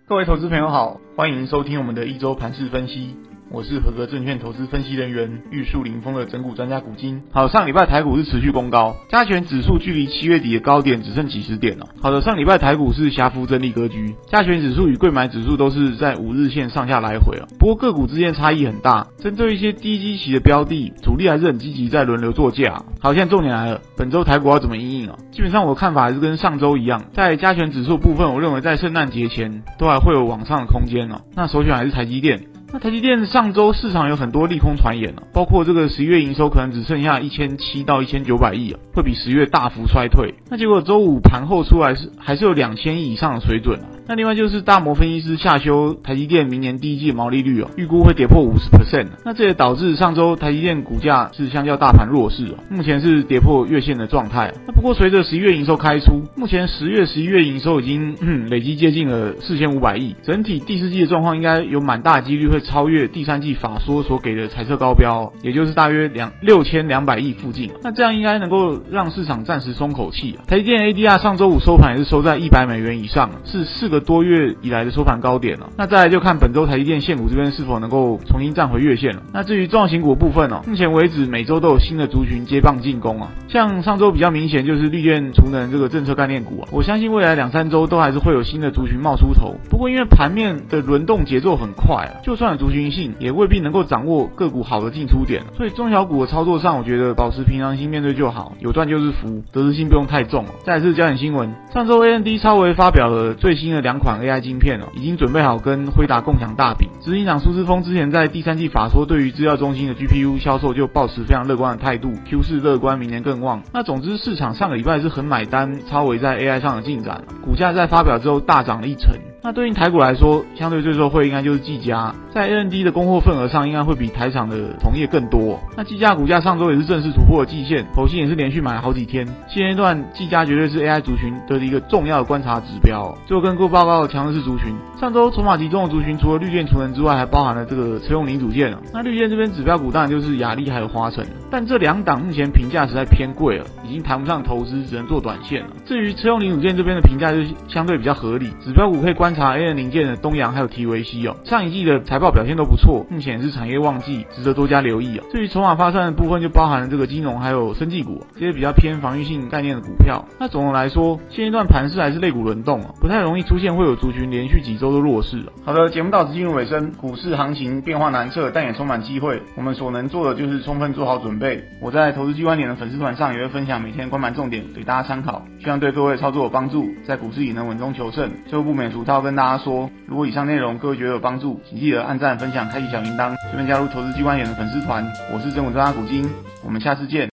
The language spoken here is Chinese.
各位投资朋友好，欢迎收听我们的一周盘势分析。我是合格证券投资分析人员玉树临风的整股专家古今。好，上礼拜台股是持续攻高，加权指数距离7月底的高点只剩几十点了。好的，上礼拜台股是狭幅整理格局，加权指数与柜买指数都是在5日线上下来回了。不过个股之间差异很大，针对一些低基期的标的，主力还是很积极在轮流做价。好，现在重点来了，本周台股要怎么因应啊？基本上我的看法还是跟上周一样，在加权指数部分，我认为在圣诞节前都还会有往上的空间哦。那首选还是台积电。那台积电上周市场有很多利空传言包括这个11月营收可能只剩下1700到1900亿会比10月大幅衰退。那结果周五盘后出来还是有2000亿以上的水准那另外就是大摩分析师下修台积电明年第一季的毛利率预估会跌破 50%。那这也导致上周台积电股价是相较大盘弱势目前是跌破月线的状态。那不过随着11月营收开出，目前10月、11月营收已经累积接近了4500亿，整体第四季的状况应该有蛮大的几率会超越第三季法说所给的财测高标也就是大约6200亿附近那这样应该能够让市场暂时松口气台积电 ADR 上周五收盘也是收在100美元以上是4个多月以来的收盘高点那再来就看本周台积电现股这边是否能够重新站回月线那至于重要型股的部分目前为止每周都有新的族群接棒进攻像上周比较明显就是绿电储能这个政策概念股我相信未来2-3周都还是会有新的族群冒出头。不过因为盘面的轮动节奏很快就算有族群性也未必能够掌握个股好的进出点所以中小股的操作上我觉得保持平常心面对就好，有赚就是福，得失心不用太重再来是焦点新闻，上周 AMD 超微发表了最新的2款 AI 晶片已经准备好跟辉达共享大饼。执行长苏姿丰之前在第三季法说对于资料中心的 GPU 销售就抱持非常乐观的态度， Q4 乐观，明年更旺。那总之市场上个礼拜是很买单超微在 AI 上的进展股价在发表之后大涨了1成。那对应台股来说，相对最受惠应该就是技嘉，在 AMD 的供货份额上应该会比台厂的同业更多那技嘉股价上周也是正式突破了季线，投信也是连续买了好几天，现阶段技嘉绝对是 AI 族群的一个重要的观察指标最后跟各位报告的强势族群，上周筹码集中的族群除了绿电储能之外，还包含了这个车用零组件那绿电这边指标股当然就是亚力还有华城，但这2档目前评价实在偏贵了，已经谈不上投资，只能做短线至于车用零组件这边的评价就相对比较合理，指标股可以观察 AN 零件的东阳还有提维西上一季的财报表现都不错，目前也是产业旺季，值得多加留意至于筹码发散的部分就包含了这个金融还有生技股这些比较偏防御性概念的股票。那总的来说现阶段盘势还是类股轮动不太容易出现会有族群连续几周的弱势好的，节目到此进入尾声，股市行情变化难测，但也充满机会，我们所能做的就是充分做好准备。我在投资G观点的粉丝团上也会分享每天观盘重点给大家参考，希望对各位操作有帮助，在股市也能稳中求胜。最后不免俗套跟大家说，如果以上内容各位觉得有帮助，请记得按赞分享开启小铃铛，顺便加入投资G观点的粉丝团。我是整股专家古今，我们下次见。